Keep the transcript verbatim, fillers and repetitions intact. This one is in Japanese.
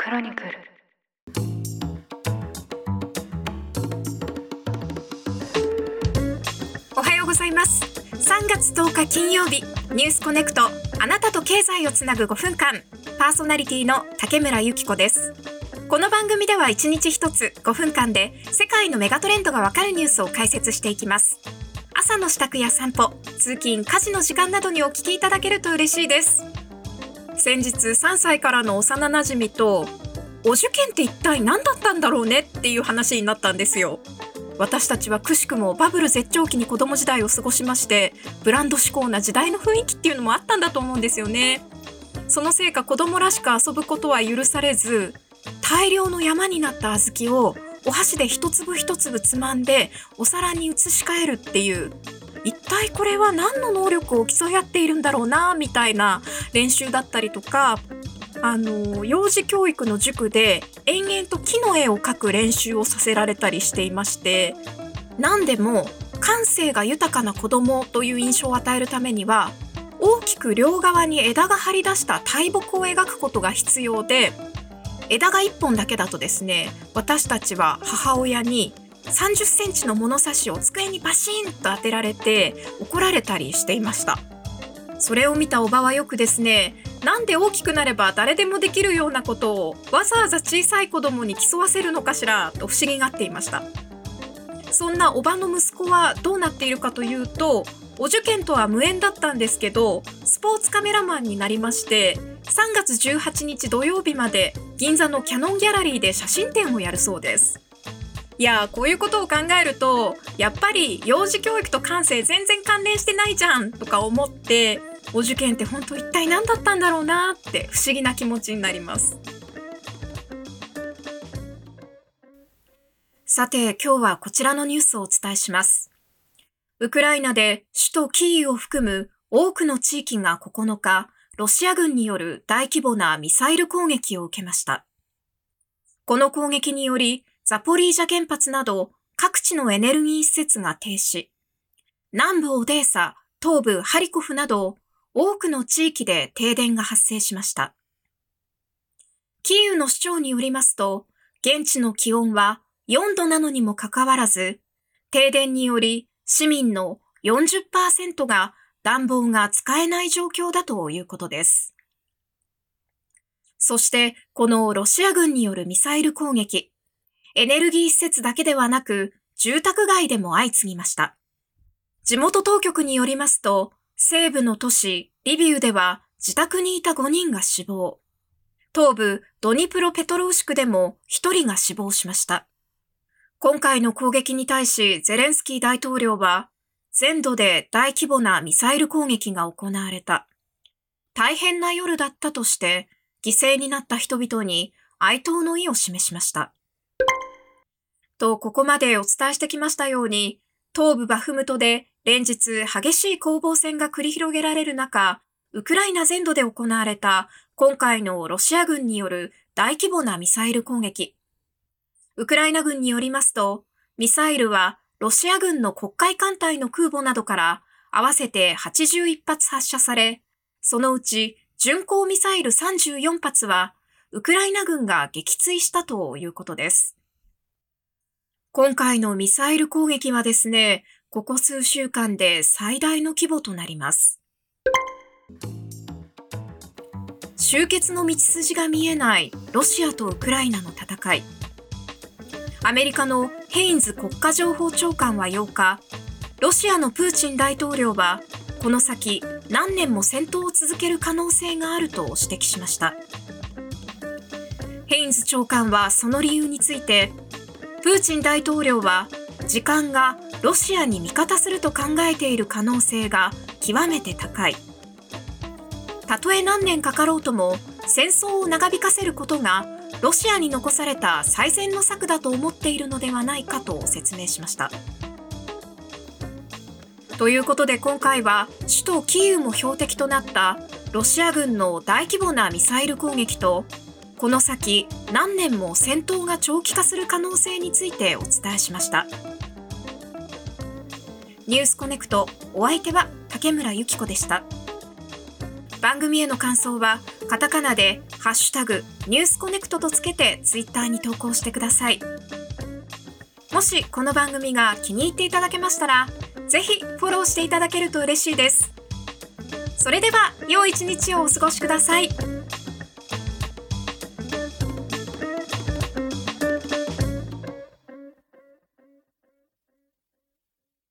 クロニクル。 おはようございます。さんがつとおか金曜日、ニュースコネクト、あなたと経済をつなぐごふんかん、パーソナリティの竹村由紀子です。この番組ではいちにちひとつごふんかんで世界のメガトレンドがわかるニュースを解説していきます。朝の支度や散歩、通勤、家事の時間などにお聞きいただけると嬉しいです。先日さんさいからの幼なじみと、お受験って一体何だったんだろうねっていう話になったんですよ。私たちはくしくもバブル絶頂期に子供時代を過ごしまして、ブランド志向な時代の雰囲気っていうのもあったんだと思うんですよね。そのせいか子供らしく遊ぶことは許されず、大量の山になった小豆をお箸で一粒一粒つまんでお皿に移し替えるっていう、一体これは何の能力を競い合っているんだろうなみたいな練習だったりとか、あの幼児教育の塾で延々と木の絵を描く練習をさせられたりしていまして、何でも感性が豊かな子供という印象を与えるためには、大きく両側に枝が張り出した大木を描くことが必要で、枝がいっぽんだけだとですね、私たちは母親にさんじゅっセンチの物差しを机にバシンと当てられて怒られたりしていました。それを見たおばはよくですね、なんで大きくなれば誰でもできるようなことをわざわざ小さい子供に競わせるのかしらと不思議がっていました。そんなおばの息子はどうなっているかというと、お受験とは無縁だったんですけど、スポーツカメラマンになりまして、さんがつじゅうはちにち土曜日まで銀座のキャノンギャラリーで写真展をやるそうです。いやー、こういうことを考えると、やっぱり幼児教育と感性全然関連してないじゃんとか思って、お受験って本当一体何だったんだろうなって不思議な気持ちになります。さて、今日はこちらのニュースをお伝えします。ウクライナで首都キーウを含む多くの地域がここのか、ロシア軍による大規模なミサイル攻撃を受けました。この攻撃により、ザポリージャ原発など各地のエネルギー施設が停止、南部オデーサ、東部ハリコフなど多くの地域で停電が発生しました。キーウの市長によりますと、現地の気温はよんどなのにもかかわらず、停電により市民の よんじゅっパーセント が暖房が使えない状況だということです。そして、このロシア軍によるミサイル攻撃、エネルギー施設だけではなく、住宅街でも相次ぎました。地元当局によりますと、西部の都市リビウでは自宅にいたごにんが死亡。東部ドニプロペトロウシクでもひとりが死亡しました。今回の攻撃に対しゼレンスキー大統領は、全土で大規模なミサイル攻撃が行われた。大変な夜だったとして、犠牲になった人々に哀悼の意を示しました。と、ここまでお伝えしてきましたように、東部バフムトで連日激しい攻防戦が繰り広げられる中、ウクライナ全土で行われた今回のロシア軍による大規模なミサイル攻撃。ウクライナ軍によりますと、ミサイルはロシア軍の黒海艦隊の空母などから合わせてはちじゅういっぱつ発射され、そのうち巡航ミサイルさんじゅうよんぱつはウクライナ軍が撃墜したということです。今回のミサイル攻撃はですね、ここ数週間で最大の規模となります。終結の道筋が見えないロシアとウクライナの戦い。アメリカのヘインズ国家情報長官はようか、ロシアのプーチン大統領はこの先何年も戦闘を続ける可能性があると指摘しました。ヘインズ長官はその理由について、プーチン大統領は時間がロシアに味方すると考えている可能性が極めて高い。たとえ何年かかろうとも戦争を長引かせることがロシアに残された最善の策だと思っているのではないかと説明しました。ということで今回は首都キーウも標的となったロシア軍の大規模なミサイル攻撃と、この先何年も戦闘が長期化する可能性についてお伝えしました。ニュースコネクト、お相手は竹村由紀子でした。番組への感想はカタカナでハッシュタグニュースコネクトとつけてツイッターに投稿してください。もしこの番組が気に入っていただけましたら、ぜひフォローしていただけると嬉しいです。それでは良い一日をお過ごしください。